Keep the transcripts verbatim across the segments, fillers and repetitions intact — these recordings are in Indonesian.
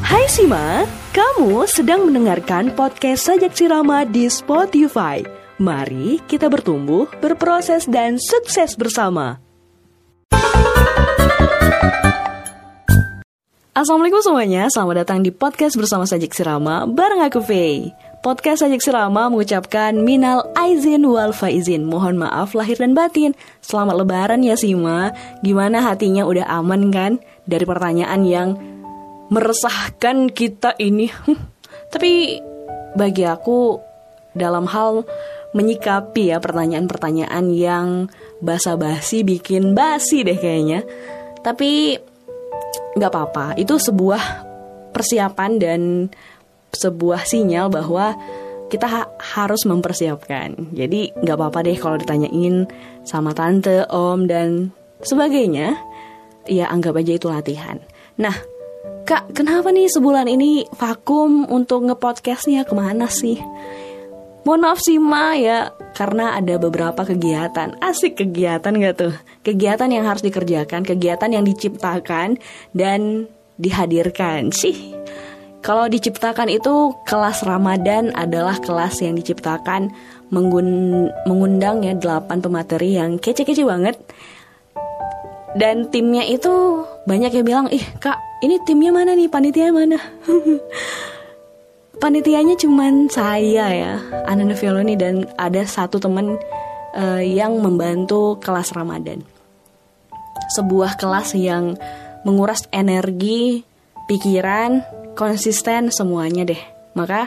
Hai Sima, kamu sedang mendengarkan podcast Sajak Sirama di Spotify. Mari kita bertumbuh, berproses, dan sukses bersama. Assalamualaikum semuanya, selamat datang di podcast bersama Sajak Sirama bareng aku Faye. Podcast Sajak Sirama mengucapkan minal aizin wal faizin, mohon maaf lahir dan batin. Selamat lebaran ya Sima. Gimana hatinya, udah aman kan dari pertanyaan yang meresahkan kita ini? Tapi bagi aku dalam hal menyikapi ya pertanyaan-pertanyaan yang basa-basi bikin basi deh kayaknya. Tapi gak apa-apa, itu sebuah persiapan dan sebuah sinyal bahwa kita ha- harus mempersiapkan. Jadi gak apa-apa deh kalau ditanyain sama tante, om, dan sebagainya. Ya anggap aja itu latihan. Nah Kak, kenapa nih sebulan ini vakum untuk nge-podcastnya, kemana sih? Mohon maaf sih Ma ya, karena ada beberapa kegiatan. Asik kegiatan gak tuh? Kegiatan yang harus dikerjakan, kegiatan yang diciptakan dan dihadirkan sih. Kalau diciptakan itu kelas Ramadan adalah kelas yang diciptakan menggun- mengundang ya delapan pemateri yang kece-kece banget. Dan timnya itu banyak yang bilang, ih Kak, ini timnya mana nih, panitia mana? Panitianya cuman saya ya, Ananda Violoni, dan ada satu teman uh, yang membantu kelas Ramadan. Sebuah kelas yang menguras energi, pikiran, konsisten semuanya deh. Maka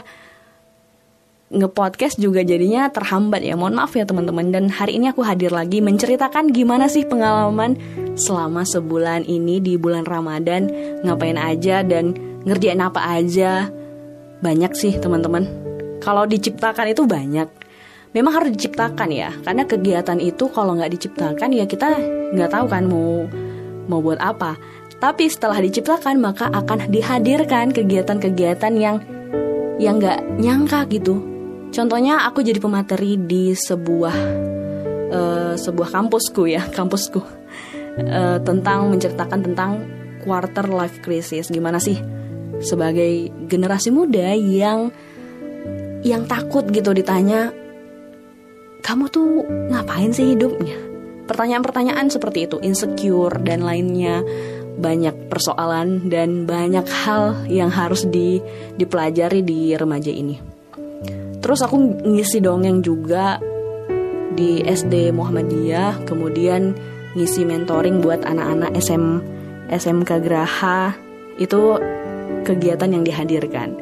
nge-podcast juga jadinya terhambat ya. Mohon maaf ya teman-teman. Dan hari ini aku hadir lagi menceritakan gimana sih pengalaman selama sebulan ini di bulan Ramadan, ngapain aja dan ngerjain apa aja. Banyak sih teman-teman. Kalau diciptakan itu banyak. Memang harus diciptakan ya, karena kegiatan itu kalau nggak diciptakan ya kita nggak tahu kan mau mau buat apa. Tapi setelah diciptakan maka akan dihadirkan kegiatan-kegiatan yang yang nggak nyangka gitu. Contohnya aku jadi pemateri di sebuah uh, sebuah kampusku ya, kampusku uh, tentang menceritakan tentang quarter life crisis. Gimana sih sebagai generasi muda yang yang takut gitu ditanya, kamu tuh ngapain sih hidupnya? Pertanyaan-pertanyaan seperti itu, insecure dan lainnya. Banyak persoalan dan banyak hal yang harus di, dipelajari di remaja ini. Terus aku ngisi dongeng juga di S D Muhammadiyah, kemudian ngisi mentoring buat anak-anak S M S M K Graha. Itu kegiatan yang dihadirkan.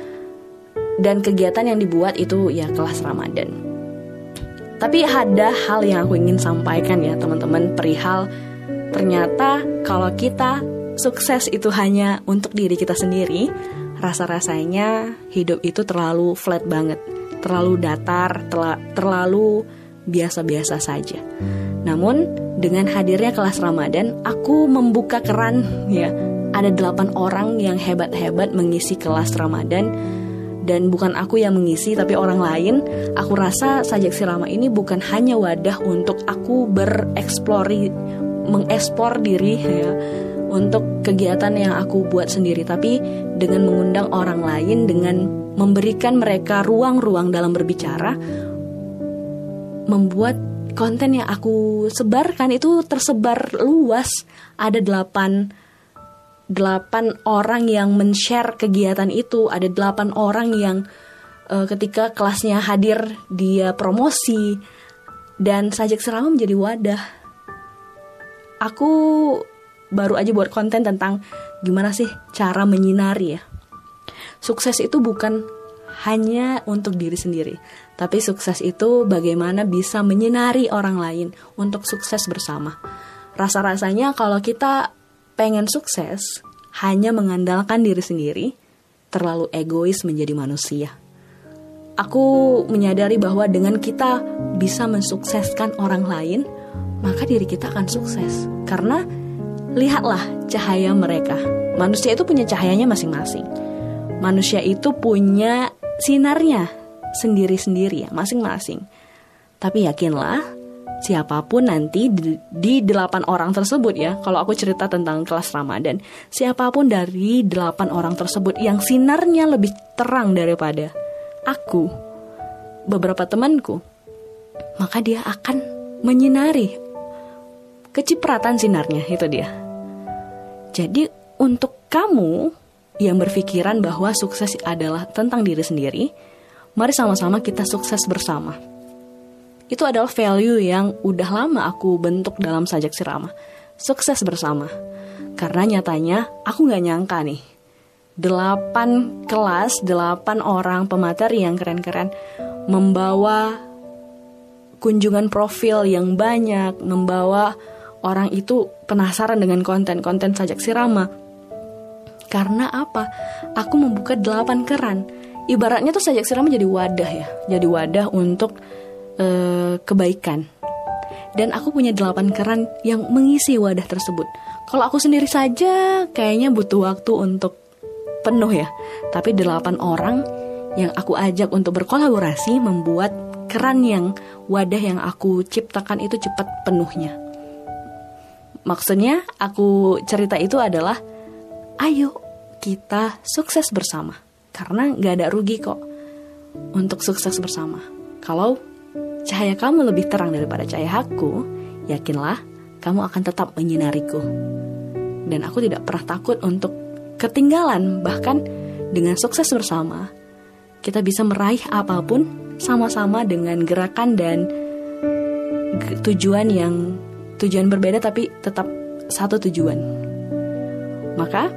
Dan kegiatan yang dibuat itu ya kelas Ramadan. Tapi ada hal yang aku ingin sampaikan ya teman-teman, perihal ternyata kalau kita sukses itu hanya untuk diri kita sendiri, rasa-rasanya hidup itu terlalu flat banget, terlalu datar, terla- terlalu biasa-biasa saja. Namun dengan hadirnya kelas Ramadan, aku membuka keran ya. Ada delapan orang yang hebat-hebat mengisi kelas Ramadan. Dan bukan aku yang mengisi tapi orang lain. Aku rasa Sajak Sirama ini bukan hanya wadah untuk aku bereksplori, mengeksplor diri ya, untuk kegiatan yang aku buat sendiri, tapi dengan mengundang orang lain, dengan memberikan mereka ruang-ruang dalam berbicara, membuat konten yang aku sebarkan itu tersebar luas. Ada delapan delapan orang yang men-share kegiatan itu, ada delapan orang yang uh, ketika kelasnya hadir dia promosi, dan Sajak Sirama menjadi wadah. Aku baru aja buat konten tentang gimana sih cara menyinari ya. Sukses itu bukan hanya untuk diri sendiri, tapi sukses itu bagaimana bisa menyinari orang lain untuk sukses bersama. Rasa-rasanya kalau kita pengen sukses hanya mengandalkan diri sendiri, terlalu egois menjadi manusia. Aku menyadari bahwa dengan kita bisa mensukseskan orang lain, maka diri kita akan sukses. Karena lihatlah cahaya mereka. Manusia itu punya cahayanya masing-masing. Manusia itu punya sinarnya sendiri-sendiri ya, masing-masing. Tapi yakinlah, siapapun nanti di, di delapan orang tersebut ya, kalau aku cerita tentang kelas Ramadan, siapapun dari delapan orang tersebut yang sinarnya lebih terang daripada aku, beberapa temanku, maka dia akan menyinari kecipratan sinarnya, itu dia. Jadi untuk kamu yang berpikiran bahwa sukses adalah tentang diri sendiri, mari sama-sama kita sukses bersama. Itu adalah value yang udah lama aku bentuk dalam Sajak Sirama. Sukses bersama. Karena nyatanya aku gak nyangka nih, Delapan kelas, delapan orang pemateri yang keren-keren membawa kunjungan profil yang banyak, membawa orang itu penasaran dengan konten-konten Sajak Sirama. Karena apa? Aku membuka delapan keran. Ibaratnya tuh Sajak Sirama jadi wadah ya, jadi wadah untuk Uh, kebaikan. Dan aku punya delapan keran yang mengisi wadah tersebut. Kalau aku sendiri saja kayaknya butuh waktu untuk penuh ya. Tapi delapan orang yang aku ajak untuk berkolaborasi membuat keran yang wadah yang aku ciptakan itu cepat penuhnya. Maksudnya aku cerita itu adalah, ayo kita sukses bersama. Karena gak ada rugi kok untuk sukses bersama. Kalau cahaya kamu lebih terang daripada cahaya aku, yakinlah kamu akan tetap menyinariku. Dan aku tidak pernah takut untuk ketinggalan. Bahkan dengan sukses bersama, kita bisa meraih apapun sama-sama dengan gerakan dan tujuan yang tujuan berbeda tapi tetap satu tujuan. Maka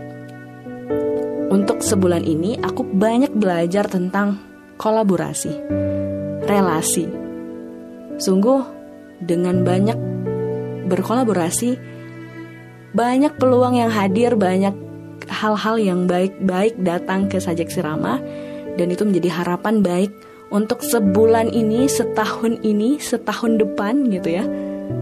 untuk sebulan ini aku banyak belajar tentang kolaborasi, relasi. Sungguh dengan banyak berkolaborasi, banyak peluang yang hadir, banyak hal-hal yang baik-baik datang ke Sajak Sirama. Dan itu menjadi harapan baik untuk sebulan ini, setahun ini, setahun depan gitu ya,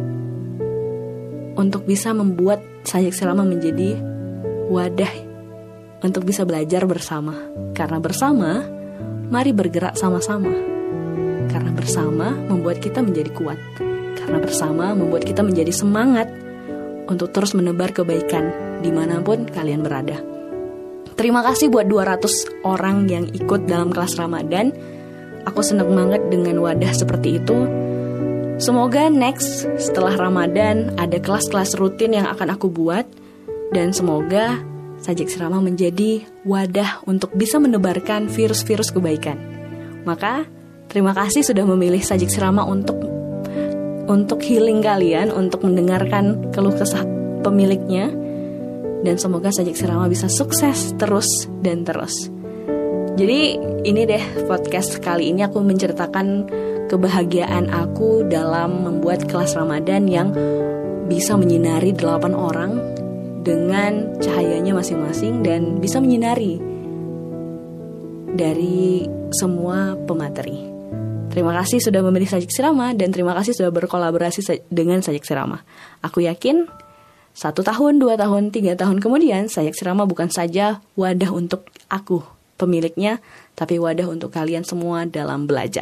untuk bisa membuat Sajak Sirama menjadi wadah untuk bisa belajar bersama. Karena bersama, mari bergerak sama-sama. Karena bersama membuat kita menjadi kuat. Karena bersama membuat kita menjadi semangat untuk terus menebar kebaikan dimanapun kalian berada. Terima kasih buat dua ratus orang yang ikut dalam kelas Ramadan. Aku senang banget dengan wadah seperti itu. Semoga next setelah Ramadan ada kelas-kelas rutin yang akan aku buat. Dan semoga Sajak Sirama menjadi wadah untuk bisa menebarkan virus-virus kebaikan. Maka terima kasih sudah memilih Sajak Sirama untuk untuk healing kalian, untuk mendengarkan keluh kesah pemiliknya. Dan semoga Sajak Sirama bisa sukses terus dan terus. Jadi ini deh podcast kali ini aku menceritakan kebahagiaan aku dalam membuat kelas Ramadan yang bisa menyinari delapan orang dengan cahayanya masing-masing dan bisa menyinari dari semua pemateri. Terima kasih sudah memilih Sajak Sirama dan terima kasih sudah berkolaborasi dengan Sajak Sirama. Aku yakin satu tahun, dua tahun, tiga tahun kemudian Sajak Sirama bukan saja wadah untuk aku, pemiliknya, tapi wadah untuk kalian semua dalam belajar.